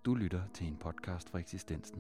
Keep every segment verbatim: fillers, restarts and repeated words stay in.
Du lytter til en podcast fra Eksistensen.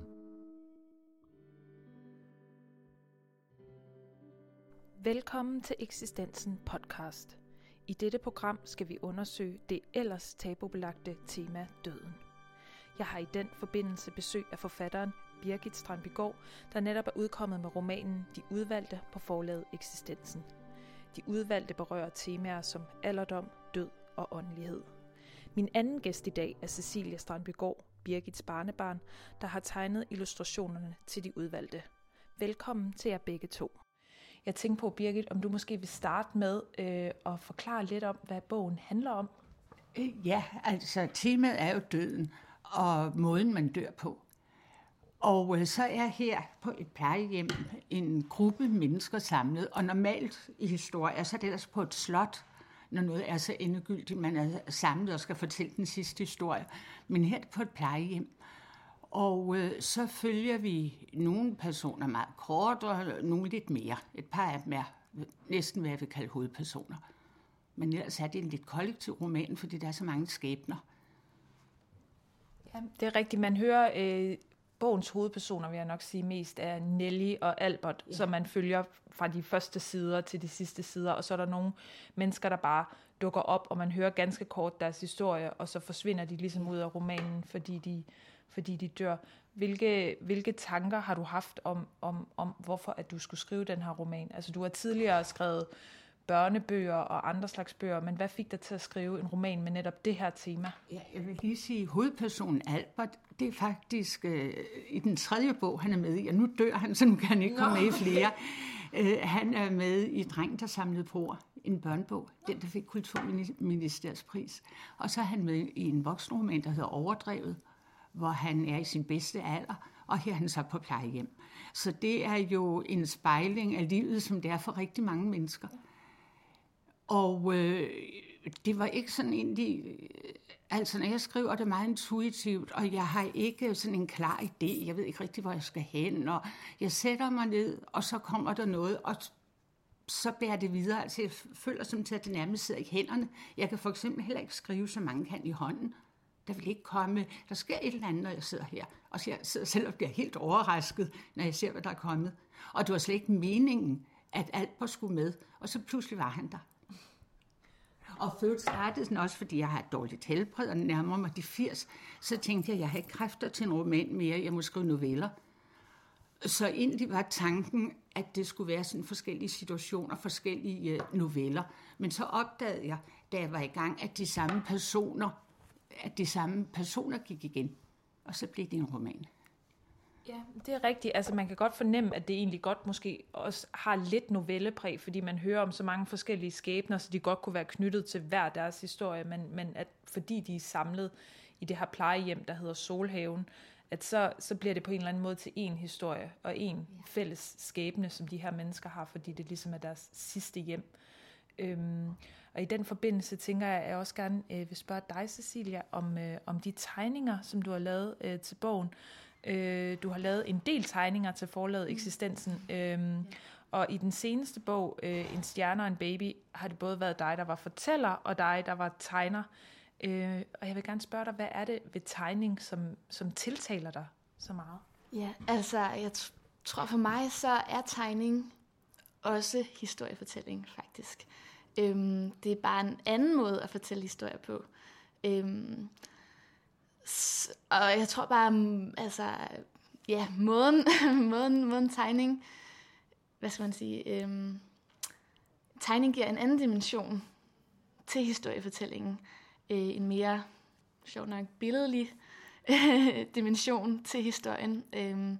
Velkommen til Eksistensen podcast. I dette program skal vi undersøge det ellers tabubelagte tema døden. Jeg har i den forbindelse besøg af forfatteren Birgit Strandbygaard, der netop er udkommet med romanen De Udvalgte på forlaget Eksistensen. De Udvalgte berører temaer som alderdom, død og åndelighed. Min anden gæst i dag er Cecilie Strandbygaard, Birgits barnebarn, der har tegnet illustrationerne til De Udvalgte. Velkommen til jer begge to. Jeg tænkte på, Birgit, om du måske vil starte med øh, at forklare lidt om, hvad bogen handler om. Ja, altså temaet er jo døden og måden, man dør på. Og øh, så er her på et plejehjem en gruppe mennesker samlet, og normalt i historier, så er det ellers på et slot, når noget er så endegyldigt, man er samlet og skal fortælle den sidste historie. Men her er det på et plejehjem. Og øh, så følger vi nogle personer meget kort, og nogle lidt mere. Et par af dem er næsten, hvad jeg vil kalde hovedpersoner. Men ellers er det en lidt kollektiv roman, fordi der er så mange skæbner. Ja, det er rigtigt. Man hører øh, bogens hovedpersoner, vil jeg nok sige mest, er Nelly og Albert, ja. Som man følger fra de første sider til de sidste sider. Og så er der nogle mennesker, der bare dukker op, og man hører ganske kort deres historie, og så forsvinder de ligesom ud af romanen, fordi de... fordi de dør. Hvilke, hvilke tanker har du haft om, om, om, hvorfor at du skulle skrive den her roman? Altså, du har tidligere skrevet børnebøger og andre slags bøger, men hvad fik dig til at skrive en roman med netop det her tema? Ja, jeg vil lige sige, hovedpersonen Albert, det er faktisk øh, i den tredje bog, han er med i, og nu dør han, så nu kan han ikke komme med i flere. Øh, han er med i Dreng, der samlede på en børnebog, den der fik Kulturministeriets pris. Og så er han med i en voksenroman, der hedder Overdrevet, hvor han er i sin bedste alder, og her er han så på plejehjem. Så det er jo en spejling af livet, som det er for rigtig mange mennesker. Og øh, det var ikke sådan egentlig... Altså, når jeg skriver, det er meget intuitivt, og jeg har ikke sådan en klar idé. Jeg ved ikke rigtig, hvor jeg skal hen, og jeg sætter mig ned, og så kommer der noget, og så bærer det videre. Altså, jeg føler som til, at det nærmest sidder i hænderne. Jeg kan for eksempel heller ikke skrive, så mange kan i hånden. Der vil ikke komme, der sker et eller andet, når jeg sidder her. Og så jeg sidder selv og bliver helt overrasket, når jeg ser, hvad der er kommet. Og det var slet ikke meningen, at Albert skulle med. Og så pludselig var han der. Og før startede den også, fordi jeg har et dårligt helbred, og nærmer mig de firs. Så tænkte jeg, at jeg har ikke kræfter til en roman mere. Jeg må skrive noveller. Så egentlig var tanken, at det skulle være sådan forskellige situationer, forskellige noveller. Men så opdagede jeg, da jeg var i gang, at de samme personer at de samme personer gik igen, og så blev det en roman. Ja, det er rigtigt. Altså man kan godt fornemme, at det egentlig godt måske også har lidt novellepræg, fordi man hører om så mange forskellige skæbner, så de godt kunne være knyttet til hver deres historie, men, men at fordi de er samlet i det her plejehjem, der hedder Solhaven, at så, så bliver det på en eller anden måde til én historie, og én ja. fælles skæbne, som de her mennesker har, fordi det ligesom er deres sidste hjem. Øhm, og i den forbindelse tænker jeg, at jeg også gerne øh, vil spørge dig, Cecilia, om, øh, om de tegninger, som du har lavet øh, til bogen. Øh, du har lavet en del tegninger til forlaget Eksistensen, øh, og i den seneste bog, øh, En stjerne og en baby, har det både været dig, der var fortæller, og dig, der var tegner. Øh, og jeg vil gerne spørge dig, hvad er det ved tegning, som, som tiltaler dig så meget? Ja, altså, jeg t- tror for mig, så er tegning også historiefortælling, faktisk. Øhm, det er bare en anden måde at fortælle historier på. Øhm, s- og jeg tror bare, altså, ja, måden, måden, måden tegning, hvad skal man sige, øhm, tegning giver en anden dimension til historiefortællingen. Øh, en mere, sjovt nok, billedlig dimension til historien. Øhm,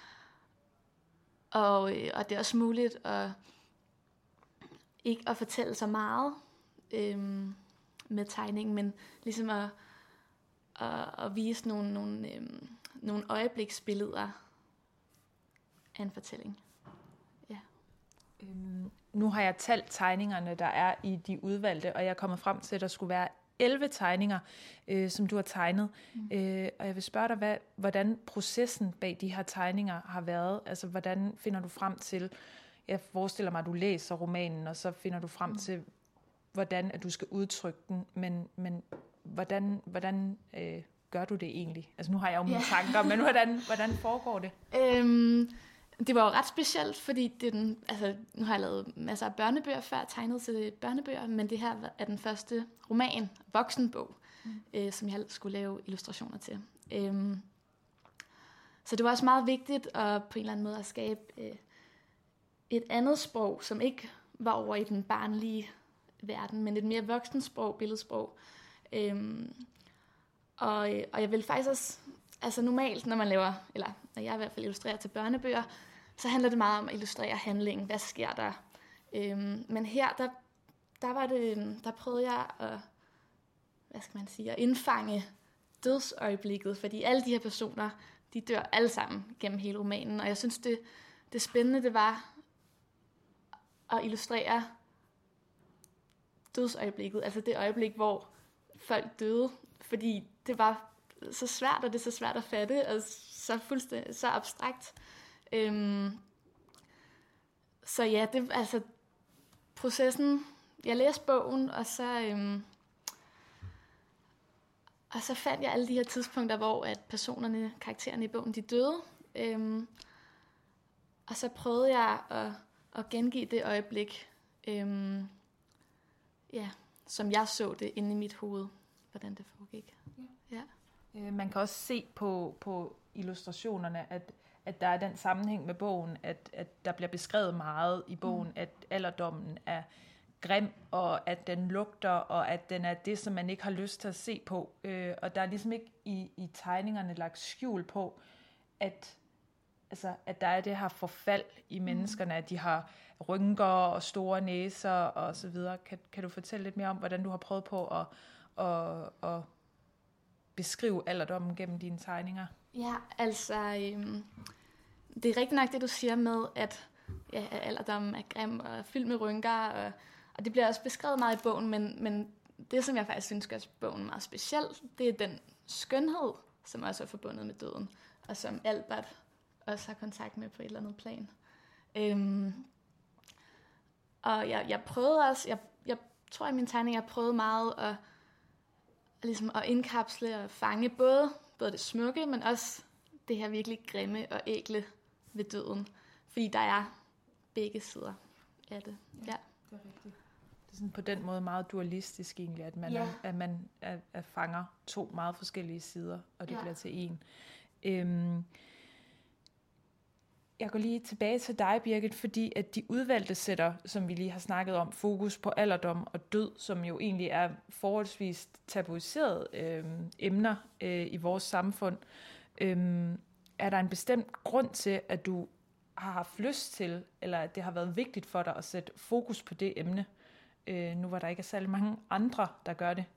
og, og det er også muligt at ikke at fortælle så meget øhm, med tegningen, men ligesom at, at, at vise nogle, nogle, øhm, nogle øjebliksbilleder af en fortælling. Ja. Øhm, nu har jeg talt tegningerne, der er i De Udvalgte, og jeg er kommet frem til, at der skulle være elleve tegninger, øh, som du har tegnet. Mm. Øh, og jeg vil spørge dig, hvad, hvordan processen bag de her tegninger har været. Altså, hvordan finder du frem til, jeg forestiller mig, at du læser romanen, og så finder du frem mm. til, hvordan at du skal udtrykke den, men, men hvordan, hvordan øh, gør du det egentlig? Altså nu har jeg jo mine yeah. tanker, men hvordan, hvordan foregår det? Øhm, det var jo ret specielt, fordi det er den, altså, nu har jeg lavet masser af børnebøger før, tegnet til børnebøger, men det her er den første roman, voksenbog, mm. øh, som jeg skulle lave illustrationer til. Øhm, så det var også meget vigtigt at på en eller anden måde at skabe øh, et andet sprog, som ikke var over i den barnlige verden, men et mere voksensprog, billedsprog. Øhm, og, og jeg vil faktisk også, altså normalt, når man laver, eller når jeg i hvert fald illustrerer til børnebøger, så handler det meget om at illustrere handlingen. Hvad sker der? Øhm, men her, der, der var det, der prøvede jeg at, hvad skal man sige, at indfange dødsøjeblikket, fordi alle de her personer, de dør alle sammen gennem hele romanen, og jeg synes, det, det spændende, det var at illustrere dødsøjeblikket, altså det øjeblik, hvor folk døde, fordi det var så svært, og det er så svært at fatte, og så fuldstændig så abstrakt. Øhm, så ja, det altså processen. Jeg læste bogen, og så øhm, og så fandt jeg alle de her tidspunkter, hvor at personerne, karaktererne i bogen, de døde. Øhm, og så prøvede jeg at, at gengive det øjeblik, øhm, ja, som jeg så det inde i mit hoved, hvordan det foregik. Ja. Ja. Man kan også se på, på illustrationerne, at, at der er den sammenhæng med bogen, at, at der bliver beskrevet meget i bogen, mm. at alderdommen er grim, og at den lugter, og at den er det, som man ikke har lyst til at se på. Øh, og der er ligesom ikke i, i tegningerne lagt skjul på, at, altså, at der er det her forfald i menneskerne, mm. at de har rynker og store næser og så videre. Kan, kan du fortælle lidt mere om, hvordan du har prøvet på at, at, at beskrive alderdommen gennem dine tegninger? Ja, altså, øhm, det er rigtigt nok det, du siger med, at ja, alderdommen er grim og fyldt med rynker, og, og det bliver også beskrevet meget i bogen, men, men det, som jeg faktisk synes gør bogen meget speciel, det er den skønhed, som også er forbundet med døden, og som Albert også har kontakt med på et eller andet plan. Øhm, og jeg, jeg prøvede også, jeg, jeg tror i min tegning, jeg prøvede meget at, ligesom at indkapsle og fange både, både det smukke, men også det her virkelig grimme og ægle ved døden. Fordi der er begge sider af det. Ja, ja. Det er rigtigt. Det er sådan på den måde meget dualistisk egentlig, at man, ja. er, at man er, er fanger to meget forskellige sider, og det ja. bliver til en. Øhm, jeg går lige tilbage til dig, Birgit, fordi at de udvalgte sætter, som vi lige har snakket om, fokus på alderdom og død, som jo egentlig er forholdsvis tabuiserede øh, emner øh, i vores samfund. Øh, er der en bestemt grund til, at du har haft lyst til, eller at det har været vigtigt for dig at sætte fokus på det emne, øh, nu hvor der ikke er særlig mange andre, der gør det?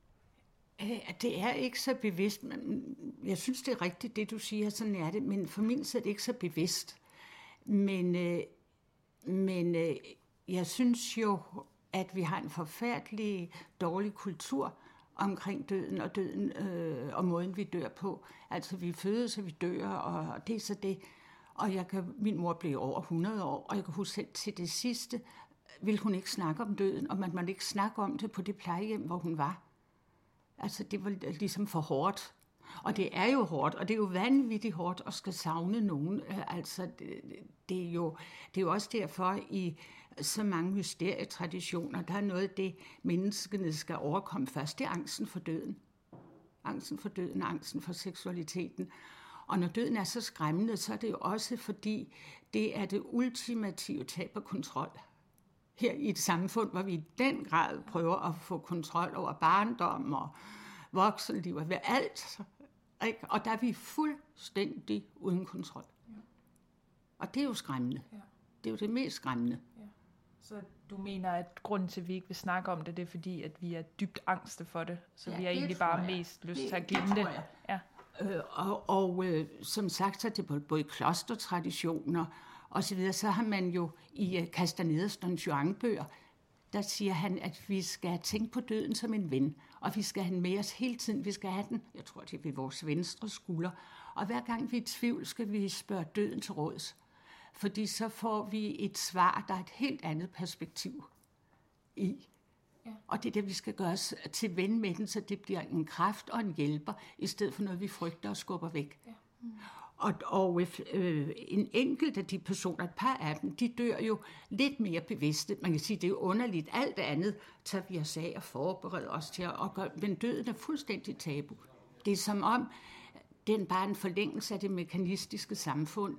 Det er ikke så bevidst. Jeg synes, det er rigtigt, det du siger, sådan er det, men for min side er det ikke så bevidst. Men, øh, men øh, jeg synes jo, at vi har en forfærdelig dårlig kultur omkring døden og døden øh, og måden, vi dør på. Altså, vi fødes, og vi dør, og det er så det. Og jeg kan, min mor blev over hundrede år, og jeg kan huske selv til det sidste, ville hun ikke snakke om døden, og man måtte ikke snakke om det på det plejehjem, hvor hun var. Altså, det var ligesom for hårdt. Og det er jo hårdt, og det er jo vanvittigt hårdt at skal savne nogen. Altså, det, det, er jo, det er jo også derfor i så mange mysterietraditioner, der er noget af det, menneskene skal overkomme først. Det er angsten for døden. Angsten for døden, angsten for seksualiteten. Og når døden er så skræmmende, så er det jo også fordi, det er det ultimative tab af kontrol. Her i et samfund, hvor vi i den grad prøver at få kontrol over barndom og voksenliv og ved alt. Ikke? Og der er vi fuldstændig uden kontrol. Ja. Og det er jo skræmmende. Ja. Det er jo det mest skræmmende. Ja. Så du mener, at grunden til, at vi ikke vil snakke om det, det er fordi, at vi er dybt angste for det. Så ja, vi har egentlig bare jeg. mest lyst det, til at glemme det. det. Ja. Øh, og og øh, som sagt, så er det både klostertraditioner og så videre. Så har man jo i uh, Castanedas Don Juan-bøger, der siger han, at vi skal tænke på døden som en ven, og vi skal have den med os hele tiden. Vi skal have den, jeg tror, det er ved vores venstre skulder. Og hver gang vi er i tvivl, skal vi spørge døden til råds. Fordi så får vi et svar, der er et helt andet perspektiv i. Ja. Og det er det, vi skal gøre os til ven med den, så det bliver en kraft og en hjælper, i stedet for noget, vi frygter og skubber væk. Ja. Mm. Og, og øh, en enkelt af de personer, et par af dem, de dør jo lidt mere bevidste. Man kan sige, det er jo underligt. Alt det andet tager vi os af og forbereder os til at gøre, men døden er fuldstændig tabu. Det er som om, den bare en forlængelse af det mekanistiske samfund.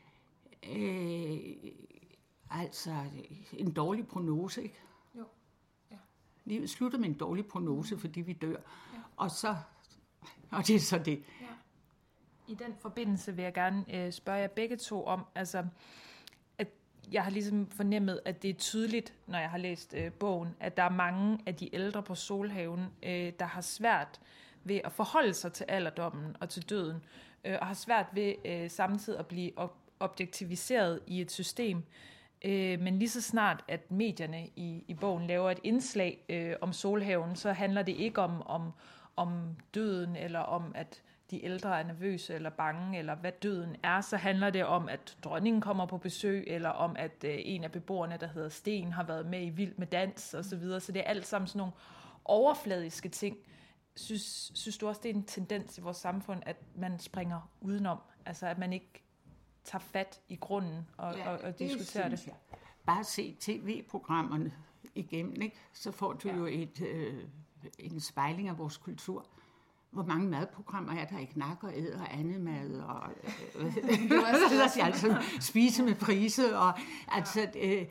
Øh, altså en dårlig prognose, ikke? Jo. Ja. Livet slutter med en dårlig prognose, fordi vi dør. Ja. Og så, og det er så det. Ja. I den forbindelse vil jeg gerne øh, spørge jer begge to om, altså, at jeg har ligesom fornemmet, at det er tydeligt, når jeg har læst øh, bogen, at der er mange af de ældre på Solhaven, øh, der har svært ved at forholde sig til alderdommen og til døden, øh, og har svært ved øh, samtidig at blive op- objektiviseret i et system. Øh, men lige så snart, at medierne i, i bogen laver et indslag øh, om Solhaven, så handler det ikke om, om, om døden, eller om, at de ældre er nervøse eller bange, eller hvad døden er. Så handler det om, at dronningen kommer på besøg, eller om, at øh, en af beboerne, der hedder Sten, har været med i Vild med Dans, og så videre. Så det er alt sammen sådan nogle overfladiske ting. Synes, synes du også, det er en tendens i vores samfund, at man springer udenom? Altså, at man ikke tager fat i grunden og, ja, og, og diskuterer det? Jeg. Bare se tv-programmerne igennem, ikke? Så får du ja. jo et, øh, en spejling af vores kultur. Hvor mange madprogrammer er der? Ikke Nak og Æd og Annemad og øh, øh, altså, spise med prise og altså øh,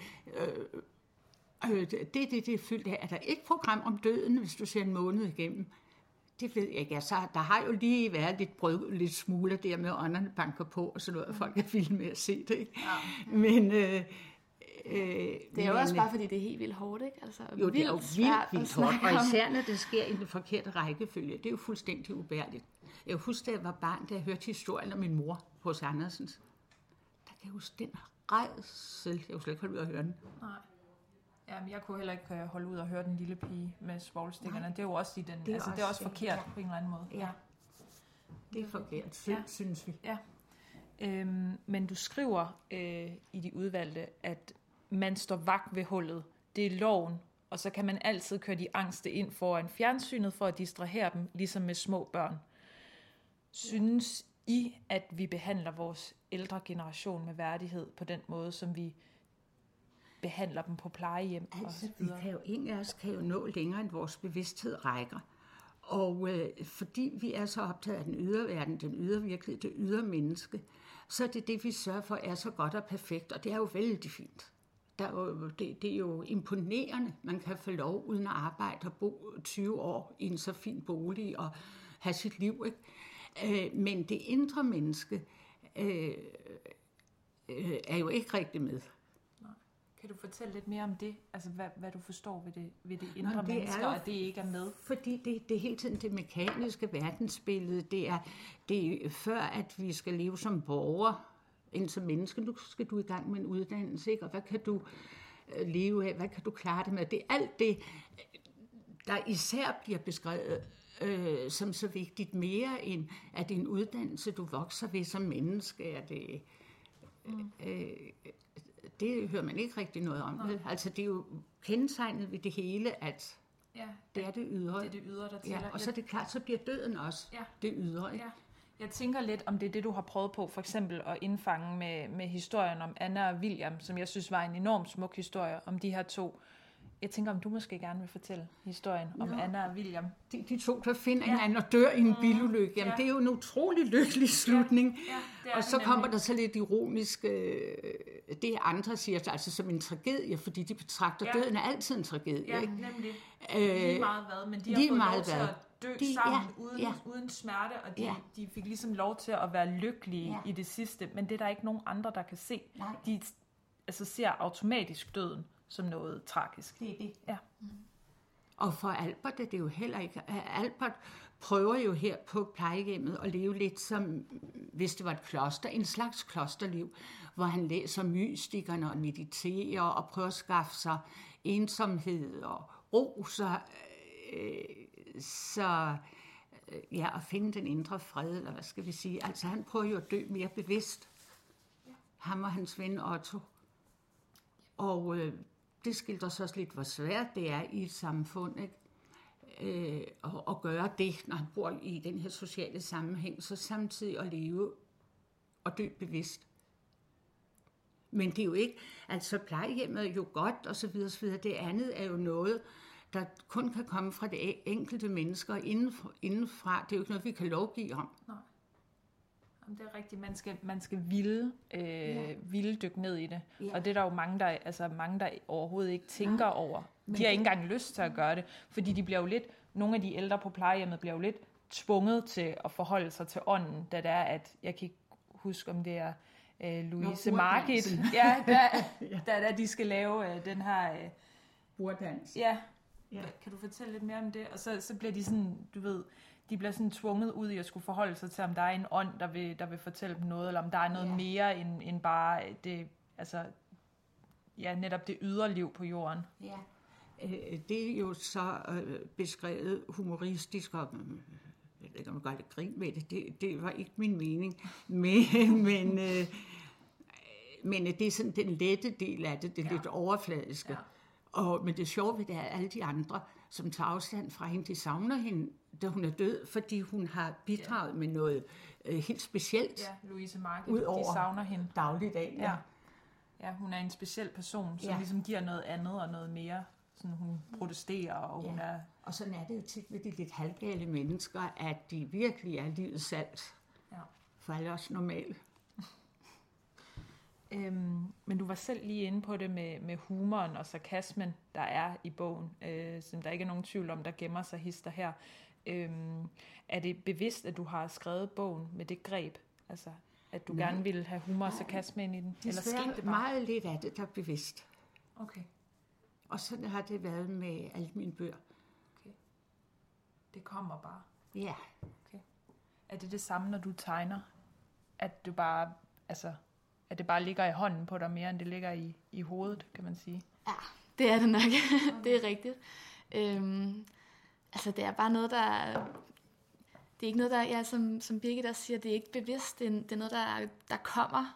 øh, det det det er fyldt af. Er der et program om døden, hvis du ser en måned igennem? Det ved jeg ikke. Altså, der har jo lige været lidt brød, lidt smuler der med ånderne banker på og sådan noget, og folk er vilde med at se det, ikke? Ja. Men øh, Øh, det er jo men, også bare, fordi det er helt vildt hårdt, ikke? Altså, jo, det er jo vildt, vildt hårdt, og især når det sker i den forkerte rækkefølge. Det er jo fuldstændig ubærligt. Jeg husker, da jeg var barn, da jeg hørte historien om min mor hos Andersens. Der kan jeg huske den rædsel. Jeg kunne slet ikke holde ud at høre den. Nej. Jamen, jeg kunne heller ikke holde ud at høre den lille pige med svovlstikkerne. Det er jo også i den. Det er, altså, også, det er også forkert ja. på en eller anden måde. Ja, det er forkert, synes, ja. synes vi. Ja. Øhm, men du skriver øh, i de udvalgte, at man står vagt ved hullet. Det er loven, og så kan man altid køre de angste ind foran fjernsynet for at distrahere dem, ligesom med små børn. Synes I, at vi behandler vores ældre generation med værdighed på den måde, som vi behandler dem på plejehjem? Altså, vi kan jo, ingen af os kan jo nå længere, end vores bevidsthed rækker. Og øh, fordi vi er så optaget af den ydre verden, den ydre virkelighed, det ydre menneske, så er det det, vi sørger for, er så godt og perfekt, og det er jo vældig fint. Der er jo, det, det er jo imponerende, man kan få lov uden at arbejde og bo tyve år i en så fin bolig og have sit liv, ikke? Øh, men det indre menneske øh, øh, er jo ikke rigtig med. Kan du fortælle lidt mere om det? Altså, hvad, hvad du forstår ved det, ved det indre Nå, det mennesker, og det ikke er med? Fordi det, det er hele tiden det mekaniske verdensbillede. Det er, det er før, at vi skal leve som borger, end som menneske. Nu skal du i gang med en uddannelse, ikke? Og hvad kan du leve af? Hvad kan du klare det med? Det er alt det, der især bliver beskrevet øh, som så vigtigt. Mere end at det er en uddannelse, du vokser ved som menneske. Er det... Mm. Øh, Det hører man ikke rigtig noget om. Nej. Altså, det er jo kendetegnet ved det hele, at ja, det er det ydre. Det er det ydre, der tæller. Ja, og så er det klart, så bliver døden også ja. det ydre. Ikke? Ja. Jeg tænker lidt om det er det, du har prøvet på, for eksempel at indfange med, med historien om Anna og William, som jeg synes var en enormt smuk historie om de her to. Jeg tænker, om du måske gerne vil fortælle historien om Nå. Anna og William. De, de to, der finder ja. hinanden og dør i en bilulykke. Jamen, ja. det er jo en utrolig lykkelig slutning. Ja. Ja, og så kommer nemlig. der så lidt ironisk, øh, det andre siger, altså som en tragedie, fordi de betragter ja. døden er altid en tragedie. Ja, ikke? nemlig. Øh, lige meget hvad, men de har fået lov til at dø de, sammen ja, uden, ja. uden smerte, og de, ja. de fik ligesom lov til at være lykkelige ja. i det sidste, men det er der ikke nogen andre, der kan se. Nej. De altså, ser automatisk døden som noget tragisk. Det er det. Ja. Mm. Og for Albert er det jo heller ikke. Albert prøver jo her på plejehjemmet at leve lidt som, hvis det var et kloster, en slags klosterliv, hvor han læser mystikerne og mediterer og prøver at skaffe sig ensomhed og ro, så, øh, så ja, at finde den indre fred, eller hvad skal vi sige. Altså han prøver jo at dø mere bevidst. Ja. Ham og hans ven Otto. Og øh, det skildrer så også lidt, hvor svært det er i et samfund, ikke? Øh, at, at gøre det, når han bor i den her sociale sammenhæng, så samtidig at leve og dø bevidst. Men det er jo ikke, altså plejehjemmet er jo godt, og så videre, så videre. Det andet er jo noget, der kun kan komme fra det enkelte mennesker indenfra. indenfra. Det er jo ikke noget, vi kan lovgive om. Nej. Jamen, det er rigtigt. Man skal, man skal ville, øh, ja. ville dykke ned i det. Ja. Og det er der jo mange, der, altså mange, der overhovedet ikke tænker Nej. over. De har ikke engang lyst til at gøre det, fordi de bliver jo lidt, nogle af de ældre på plejehjemmet bliver jo lidt tvunget til at forholde sig til ånden, da det er, at jeg kan ikke huske, om det er øh, Louise Margit, ja, der, ja. Der, der de skal lave øh, den her øh, burddans. Ja. ja, kan du fortælle lidt mere om det? Og så, så bliver de sådan, du ved, de bliver sådan tvunget ud i at skulle forholde sig til, om der er en ånd, der vil, der vil fortælle dem noget, eller om der er noget ja. mere end, end bare det, altså, ja, netop det ydre liv på jorden. Ja. Det er jo så beskrevet humoristisk, og jeg ved ikke, om jeg gør lidt grin med det, det, det var ikke min mening, men, men, øh, men det er sådan den lette del af det, det er ja. lidt overfladiske. Ja. Og, men det sjove ved det er, at alle de andre, som tager afstand fra hende, de savner hende, da hun er død, fordi hun har bidraget ja. med noget øh, helt specielt. Ja, Louise Margit, de savner hende. Dagligdag, ja. ja. Ja, hun er en speciel person, som ja. ligesom giver noget andet og noget mere. Sådan, hun protesterer, og hun ja. er... Og sådan er det jo tit med de lidt halvgale mennesker, at de virkelig er livets salt. Ja. For alle os normale. øhm, men du var selv lige inde på det med, med humoren og sarkasmen, der er i bogen, øh, som der ikke er nogen tvivl om, der gemmer sig hister her. Øhm, er det bevidst, at du har skrevet bogen med det greb? Altså, at du Nej. gerne ville have humor og sarkasme ind i den? Eller skete det bare? Meget lidt af det, der er bevidst. Okay. Og sådan har det været med alle mine bøger. Okay. Det kommer bare? Ja. Okay. Er det det samme, når du tegner? At du bare, altså, at det bare ligger i hånden på dig mere, end det ligger i, i hovedet, kan man sige? Ja, det er det nok. Okay. Det er rigtigt. Øhm, altså, det er bare noget, der... Det er ikke noget, der, ja, som, som Birgit der siger, det er ikke bevidst. Det er, det er noget, der, der kommer,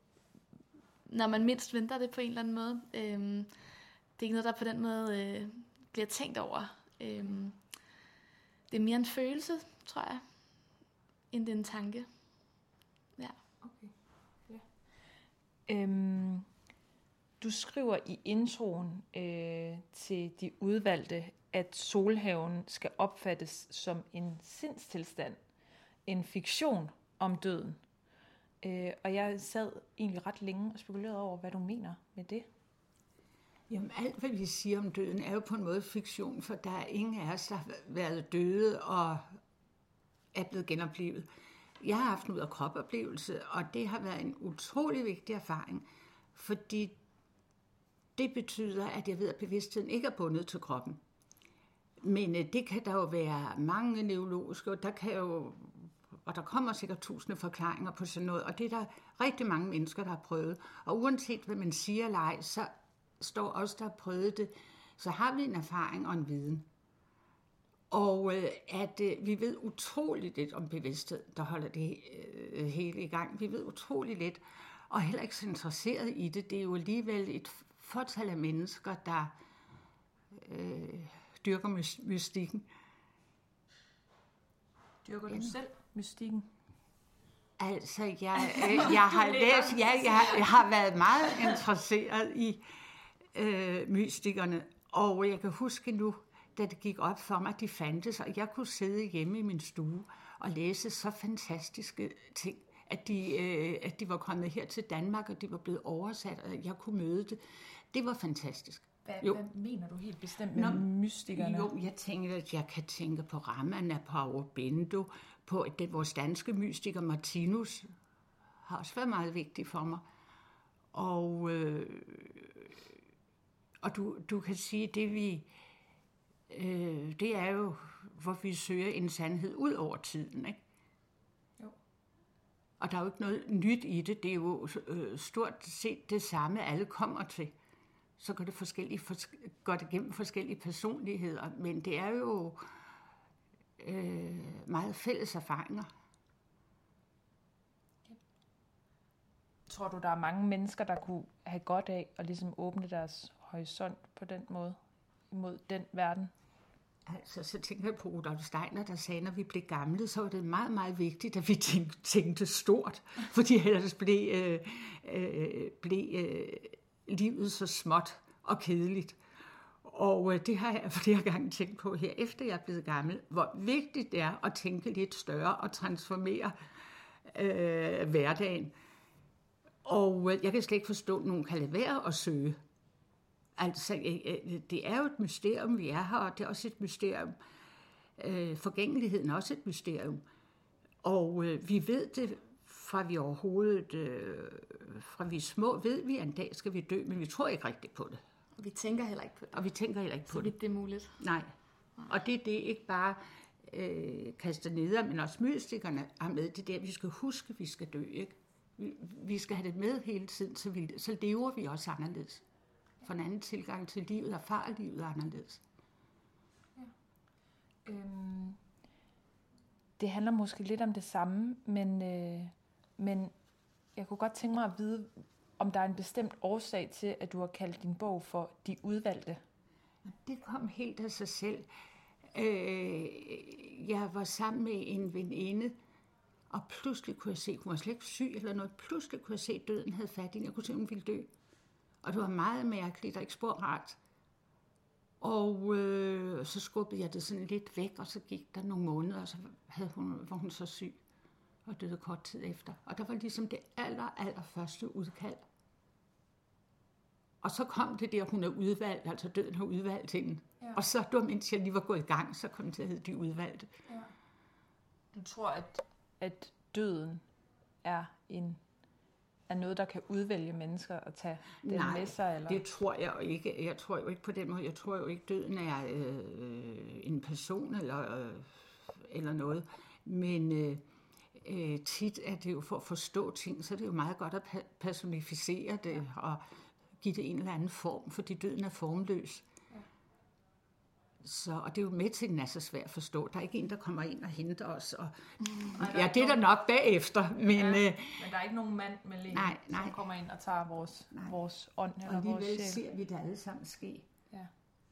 når man mindst venter det på en eller anden måde. Øhm, Det er ikke noget, der på den måde øh, bliver tænkt over. Øhm, det er mere en følelse, tror jeg, end det er en tanke. Ja. Okay. Ja. Øhm, du skriver i introen øh, til De Udvalgte, at Solhaven skal opfattes som en sindstilstand, en fiktion om døden. Øh, og jeg sad egentlig ret længe og spekulerede over, hvad du mener med det. Jamen, alt, hvad vi siger om døden, er jo på en måde fiktion, for der er ingen af os, der har været døde og er blevet genoplevet. Jeg har haft en ud af kropoplevelse, og det har været en utrolig vigtig erfaring, fordi det betyder, at jeg ved, at bevidstheden ikke er bundet til kroppen. Men det kan der jo være mange neurologiske, og der kan jo, og der kommer sikkert tusinde forklaringer på sådan noget, og det er der rigtig mange mennesker, der har prøvet. Og uanset hvad man siger eller ej, så står os, der har prøvet det, så har vi en erfaring og en viden. Og øh, at øh, vi ved utroligt lidt om bevidsthed, der holder det øh, hele i gang. Vi ved utroligt lidt, og heller ikke så interesseret i det. Det er jo alligevel et fortal af mennesker, der øh, dyrker mystikken. Dyrker du ja. selv mystikken? Altså, jeg, øh, jeg har læst, ja, jeg, jeg har været meget interesseret i øh, mystikerne, og jeg kan huske nu, da det gik op for mig, at de fandtes, og jeg kunne sidde hjemme i min stue og læse så fantastiske ting, at de, øh, at de var kommet her til Danmark, og de var blevet oversat, og jeg kunne møde det. Det var fantastisk. Hvad, hvad mener du helt bestemt med Nå, mystikerne? Jo, jeg tænker, at jeg kan tænke på Ramana, på Aurobindo, på det, vores danske mystiker Martinus, har også været meget vigtig for mig. Og, øh, og du, du kan sige, det vi, øh, det er jo, hvor vi søger en sandhed ud over tiden, ikke? Jo. Og der er jo ikke noget nyt i det, det er jo øh, stort set det samme, alle kommer til. Så går det, forskellige, går det gennem forskellige personligheder, men det er jo øh, meget fælles erfaringer. Tror du, der er mange mennesker, der kunne have godt af at ligesom åbne deres horisont på den måde, imod den verden? Altså, så tænker jeg på Rudolf Steiner, der sagde, når vi blev gamle, så var det meget, meget vigtigt, at vi tænkte stort, fordi ellers blev, øh, øh, blev øh, livet så småt og kedeligt. Og øh, det har jeg flere gange tænkt på her, efter jeg er blevet gammel, hvor vigtigt det er at tænke lidt større og transformere øh, hverdagen. Og øh, jeg kan slet ikke forstå, at nogen kan lade være at søge. Altså, øh, det er jo et mysterium, vi er her, og det er også et mysterium. Øh, forgængeligheden er også et mysterium. Og øh, vi ved det, fra vi overhovedet, øh, fra vi er små, ved vi, at en dag skal vi dø, men vi tror ikke rigtigt på det. Og vi tænker heller ikke på det. Og vi tænker heller ikke på så det. det er muligt. Nej. Og det er det ikke bare øh, Castaneda, men også mystikerne har med. Det der, vi skal huske, at vi skal dø, ikke? Vi, vi skal have det med hele tiden, så, vi, så lever vi også anderledes. For en anden tilgang til livet, og farlivet er anderledes. Ja. Øhm, det handler måske lidt om det samme, men, øh, men jeg kunne godt tænke mig at vide, om der er en bestemt årsag til, at du har kaldt din bog for De Udvalgte. Det kom helt af sig selv. Øh, jeg var sammen med en veninde, og pludselig kunne jeg se, hun var slet ikke syg eller noget, pludselig kunne jeg se, at døden havde fat i hende. Jeg kunne se, at hun ville dø. Og det var meget mærkeligt og ikke spor rart. Og øh, så skubbede jeg det sådan lidt væk, og så gik der nogle måneder, og så havde hun, var hun så syg og døde kort tid efter. Og der var ligesom det aller, aller første udkald. Og så kom det der, hun er udvalgt, altså døden har udvalgt hende. Ja. Og så, da mens jeg lige var gået i gang, så kom det til at hedde De Udvalgte. Ja. Du tror, at, at døden er en... er noget, der kan udvælge mennesker og tage den Nej, med sig? Eller? Det tror jeg jo ikke. Jeg tror jo ikke på den måde. Jeg tror jo ikke, døden er øh, en person eller, øh, eller noget. Men øh, øh, tit er det jo for at forstå ting, så er det jo meget godt at personificere det, ja. Og give det en eller anden form, fordi døden er formløs. Ja. Så, og det er jo med til, at den er så svært at forstå. Der er ikke en, der kommer ind og henter os. Og, mm. Ja, det er der nok bagefter. Men, ja, øh, men der er ikke nogen mand med lægen, nej, nej. som kommer ind og tager vores, vores ånd eller og vores sjæl. Og ser vi det alle sammen ske. Ja.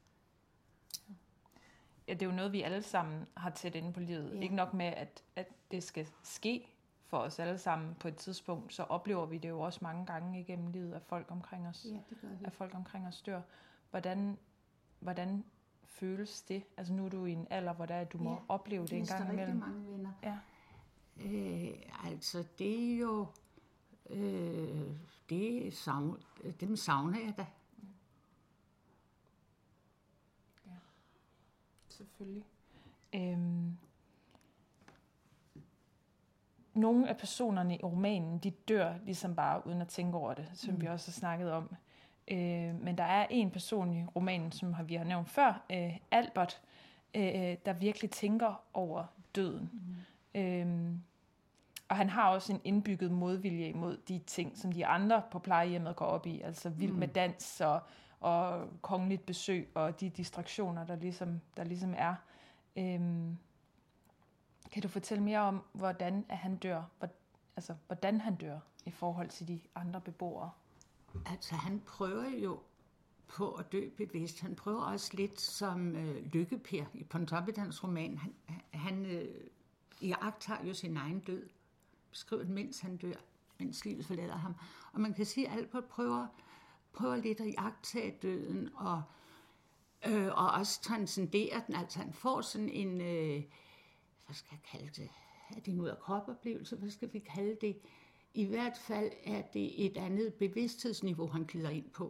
Ja, det er jo noget, vi alle sammen har tæt inde på livet. Ja. Ikke nok med, at, at det skal ske for os alle sammen på et tidspunkt, så oplever vi det jo også mange gange igennem livet, at folk omkring os, ja, det gør vi. At folk omkring os dør. Hvordan, hvordan føles det? Altså nu er du i en alder, hvor der, du må ja, opleve det en gang imellem. Ja, mange venner. Ja. Øh, altså det er jo, øh, det er savn, dem savner jeg da. Ja, selvfølgelig. Øhm. Nogle af personerne i romanen, de dør ligesom bare uden at tænke over det, som mm. vi også har snakket om. Øh, men der er en person i romanen, som vi har nævnt før, øh, Albert, øh, der virkelig tænker over døden. Mm. Øh, og han har også en indbygget modvilje imod de ting, som de andre på plejehjemmet går op i. Altså vild med dans og, og kongeligt besøg og de distraktioner, der ligesom, der ligesom er. Øh, Kan du fortælle mere om, hvordan han dør? Altså, hvordan han dør i forhold til de andre beboere? Altså, han prøver jo på at dø bevidst. Han prøver også lidt som øh, Lykke-Per i Pontoppidans roman. Han, han øh, iagttager jo sin egen død. Beskriver den, mens han dør, mens livet forlader ham. Og man kan sige, at Albert prøver, prøver lidt at iagttage døden, og, øh, og også transcendere den. Altså, han får sådan en... Øh, hvad skal jeg kalde det? Er det en ud-af-krop-oplevelse? Hvad skal vi kalde det? I hvert fald er det et andet bevidsthedsniveau, han glider ind på.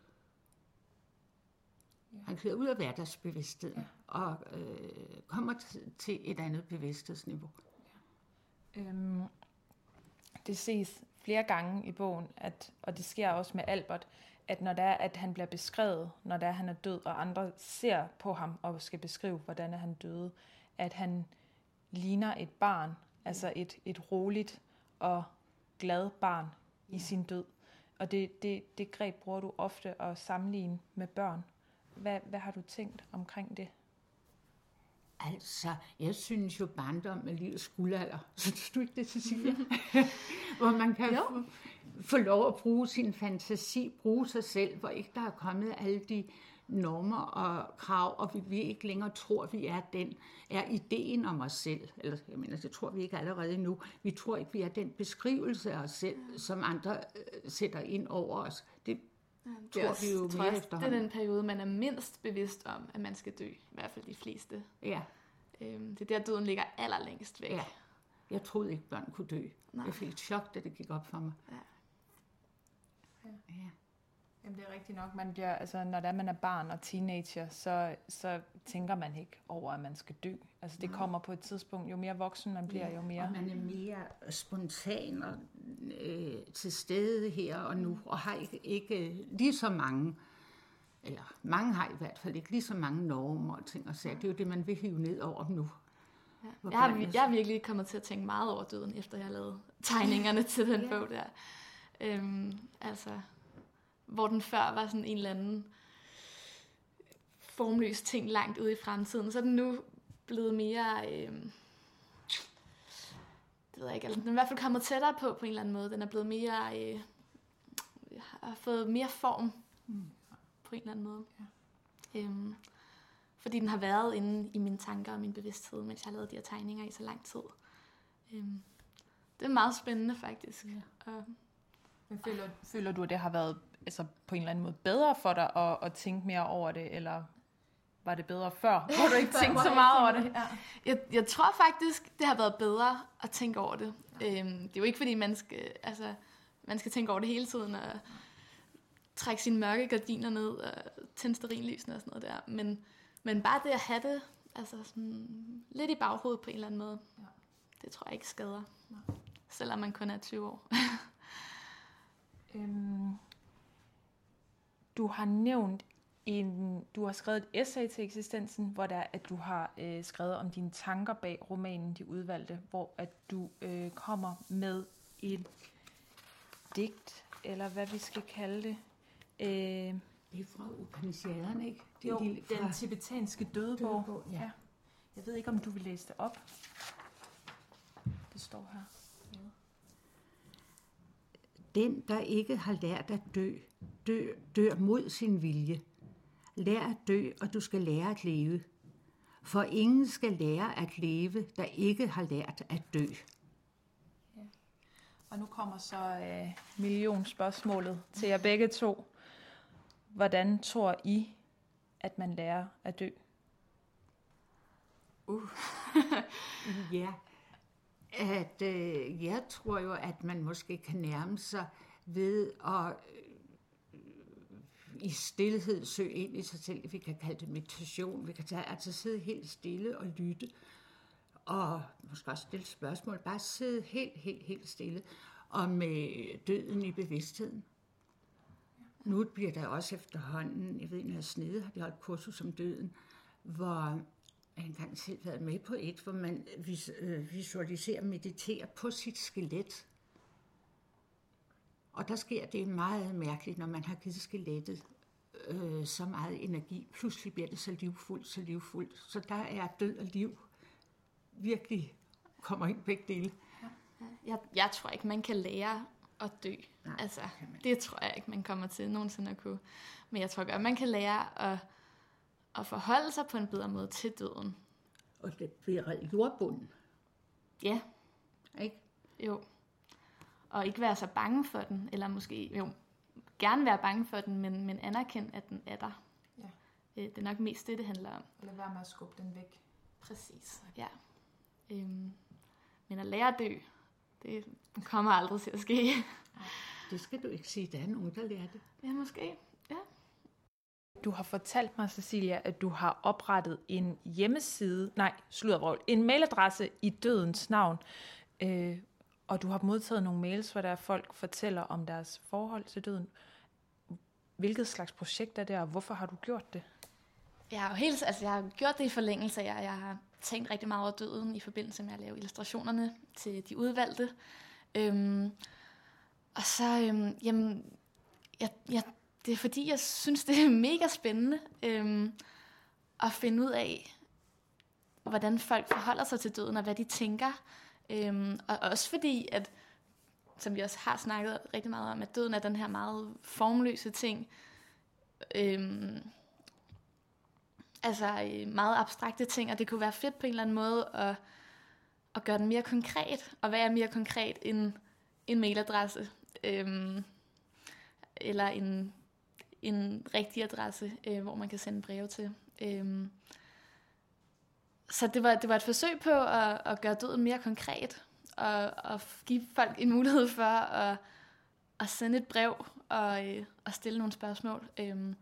Ja. Han glider ud af hverdagsbevidstheden, ja. og øh, kommer t- til et andet bevidsthedsniveau. Ja. Øhm, det ses flere gange i bogen, at, og det sker også med Albert, at når det er, at han bliver beskrevet, når det er, han er død, og andre ser på ham og skal beskrive, hvordan er han døde, at han ligner et barn, altså et, et roligt og glad barn i ja. sin død. Og det, det, det greb bruger du ofte at sammenligne med børn. Hvad, hvad har du tænkt omkring det? Altså, jeg synes jo, barndom er livets guldalder. Synes du ikke det, Cecilia? Hvor man kan, få, få lov at bruge sin fantasi, bruge sig selv, hvor ikke der er kommet alle de normer og krav, og vi, vi ikke længere tror, vi er den, er ideen om os selv. Eller, jeg mener, det tror vi ikke allerede nu. Vi tror ikke, vi er den beskrivelse af os selv, som andre øh, sætter ind over os. Det, ja, det tror også, vi jo tror mere jeg, efterhånden. Det er den periode, man er mindst bevidst om, at man skal dø. I hvert fald de fleste. Ja. Øhm, det er der, døden ligger allerlængst væk. Ja. Jeg troede ikke, børn kunne dø. Nej. Jeg fik et chok, da det gik op for mig. Ja. Ja. Ja. Jamen, det er rigtigt nok. Man bliver, altså, når det er, man er barn og teenager, så, så tænker man ikke over, at man skal dø. Altså, det kommer på et tidspunkt. Jo mere voksen man bliver, jo mere... Og man er mere spontan og øh, til stede her og nu, og har ikke, ikke lige så mange, eller mange har i hvert fald ikke lige så mange normer og ting og sager. Det er jo det, man vil hive ned over nu. Ja. Jeg, har, jeg er virkelig kommet til at tænke meget over døden, efter jeg har lavet tegningerne til den Ja. bog der. Øhm, altså, hvor den før var sådan en eller anden formløs ting langt ude i fremtiden, så er den nu blevet mere, øhm, det ved jeg ikke, altså, den er i hvert fald kommet tættere på på en eller anden måde. Den er blevet mere, øh, har fået mere form Mm. på en eller anden måde. Ja. Øhm, fordi den har været inde i mine tanker og min bevidsthed, mens jeg har lavet de her tegninger i så lang tid. Øhm, det er meget spændende faktisk. Ja. Og, Men føler, føler du, at det har været altså, på en eller anden måde bedre for dig at, at tænke mere over det, eller var det bedre før, hvor du ikke tænkte så meget over det? Ja. jeg, jeg tror faktisk, det har været bedre at tænke over det. Ja. Øhm, det er jo ikke, fordi man skal, altså, man skal tænke over det hele tiden, og trække sine mørke gardiner ned, og tænde stearinlysene og sådan noget der. Men, men bare det at have det altså sådan, lidt i baghovedet på en eller anden måde, ja. Det tror jeg ikke skader. Nej. Selvom man kun er tyve år. øhm, du har nævnt en, du har skrevet et essay til eksistensen, hvor der at du har øh, skrevet om dine tanker bag romanen De Udvalgte, hvor at du øh, kommer med et digt, eller hvad vi skal kalde det. Øh, Det er fra Upanishaderne, ikke? Det er jo, helt fra den tibetanske dødebog. Dødebog, ja. Ja. Jeg ved ikke, om du vil læse det op. Det står her. Ja. Den, der ikke har lært at dø, dø, dør mod sin vilje. Lær at dø, og du skal lære at leve. For ingen skal lære at leve, der ikke har lært at dø. Ja. Og nu kommer så øh, millionspørgsmålet til jer begge to. Hvordan tror I, at man lærer at dø? Uh. Ja, at øh, jeg tror jo, at man måske kan nærme sig ved at øh, i stilhed søge ind i sig selv. Vi kan kalde det meditation. Vi kan tage, altså sidde helt stille og lytte. Og måske også stille spørgsmål. Bare sidde helt, helt, helt stille. Og med døden i bevidstheden. Nu bliver der også efterhånden, jeg ved, når jeg snede, har de holdt kursus om døden, hvor jeg engang selv været med på et, hvor man vis, øh, visualiserer og mediterer på sit skelet. Og der sker det meget mærkeligt, når man har givet skelettet øh, så meget energi. Pludselig bliver det så livfuldt, så livfuldt. Så der er død og liv virkelig kommer ind begge dele. Jeg, jeg tror ikke, man kan lære at dø. Nej, altså, det tror jeg ikke, man kommer til nogensinde at kunne. Men jeg tror godt, man kan lære at, at forholde sig på en bedre måde til døden. Og det bliver jordbunden. Ja. Ikke? Jo. Og ikke være så bange for den, eller måske jo gerne være bange for den, men, men anerkende, at den er der. Ja. Det er nok mest det, det handler om. Lad være med at skubbe den væk. Præcis, ja. Øhm, men at lære at dø, det kommer aldrig til at ske. Det skal du ikke sige, der er nogen, der lærer det. Ja, måske. Ja. Du har fortalt mig, Cecilia, at du har oprettet en hjemmeside, nej, sluddervrøvl, en mailadresse i dødens navn, øh, og du har modtaget nogle mails, hvor der folk fortæller om deres forhold til døden. Hvilket slags projekt er det, og hvorfor har du gjort det? Jeg har jo helt, altså jeg har gjort det i forlængelse af, at jeg har tænkt rigtig meget over døden i forbindelse med at lave illustrationerne til De Udvalgte. Øhm, og så, øhm, jamen, jeg, jeg, det er fordi, jeg synes, det er mega spændende øhm, at finde ud af, hvordan folk forholder sig til døden, og hvad de tænker. Øhm, og også fordi, at som vi også har snakket rigtig meget om, at døden er den her meget formløse ting. Øhm, altså meget abstrakte ting, og det kunne være fedt på en eller anden måde at, at gøre den mere konkret, og være mere konkret end en mailadresse, øhm, eller en, en rigtig adresse, øh, hvor man kan sende breve til. Øhm, så det var, det var et forsøg på at, at gøre døden mere konkret, og, og give folk en mulighed for at, at sende et brev og, øh, og stille nogle spørgsmål. Øhm,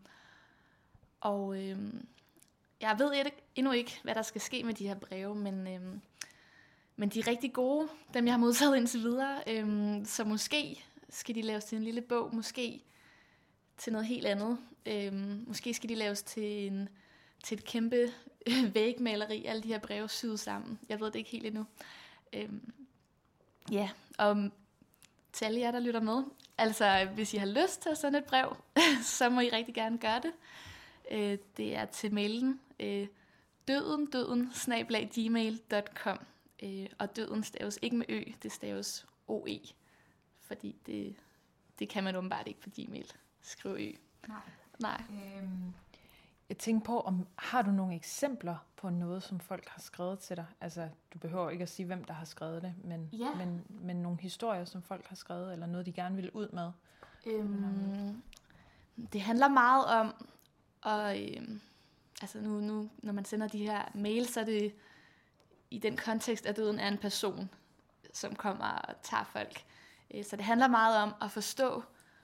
og øhm, jeg ved ikke, endnu ikke, hvad der skal ske med de her breve, men, øhm, men de er rigtig gode, dem jeg har modtaget indtil videre. Øhm, så måske skal de laves til en lille bog, måske til noget helt andet. Øhm, måske skal de laves til, en, til et kæmpe vægmaleri, alle de her breve syet sammen. Jeg ved det ikke helt endnu. Øhm, ja, og til alle jer, der lytter med. Altså, hvis I har lyst til at sende et brev, så må I rigtig gerne gøre det. Øh, det er til mailen øh, døden, døden, snabel-a gmail punktum com. Øh, og døden staves ikke med ø, det staves o-e. Fordi det, det kan man åbenbart ikke på Gmail. Skrive ø. Nej. Nej. Øhm, jeg tænker på, om har du nogle eksempler på noget, som folk har skrevet til dig? Altså, du behøver ikke at sige, hvem der har skrevet det, men, Ja. men, men nogle historier, som folk har skrevet, eller noget, de gerne vil ud med. Øhm, det handler meget om, og øhm, altså nu, nu, når man sender de her mails, så er det i den kontekst, at døden er en person, som kommer og tager folk. Så det handler meget om at forstå,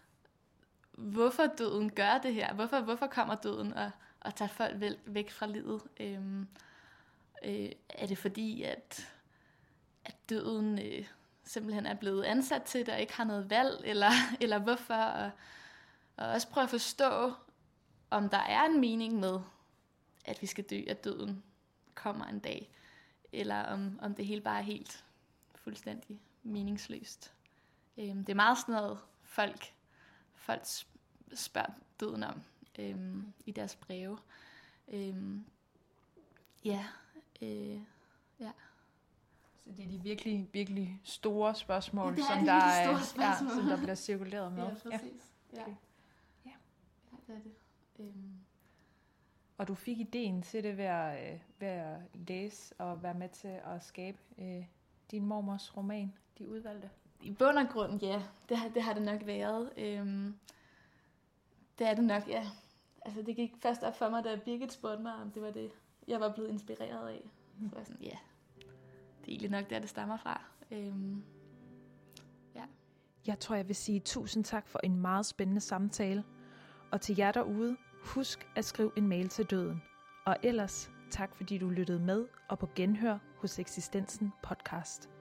hvorfor døden gør det her. Hvorfor, hvorfor kommer døden og, og tager folk væk fra livet? Øhm, øh, er det fordi, at, at døden øh, simpelthen er blevet ansat til det og ikke har noget valg? Eller, eller hvorfor? Og, og også prøve at forstå, om der er en mening med, at vi skal dø, at døden kommer en dag. Eller om, om det hele bare er helt fuldstændig meningsløst. Øhm, det er meget sådan noget, folk, folk spørger døden om øhm, i deres breve. Øhm, ja, øh, ja. Så det er de virkelig, virkelig store spørgsmål, Ja, det er som, de der, virkelig er, store spørgsmål. Ja, som der bliver cirkuleret med. Ja, præcis. Ja. Okay. Ja. Ja, det er det. Øhm. Og du fik ideen til det ved at, øh, ved at læse og være med til at skabe øh, din mormors roman, De Udvalgte. I bund og grund, ja. Det har det, har det nok været. Øhm, det er det nok, ja. Altså, det gik først op for mig, da Birgit spurgte mig, om det var det, jeg var blevet inspireret af. Så var jeg sådan, ja, det er egentlig nok der, det stammer fra. Øhm, ja. Jeg tror, jeg vil sige tusind tak for en meget spændende samtale. Og til jer derude, husk at skrive en mail til døden. Og ellers, tak fordi du lyttede med og på genhør hos Eksistensen podcast.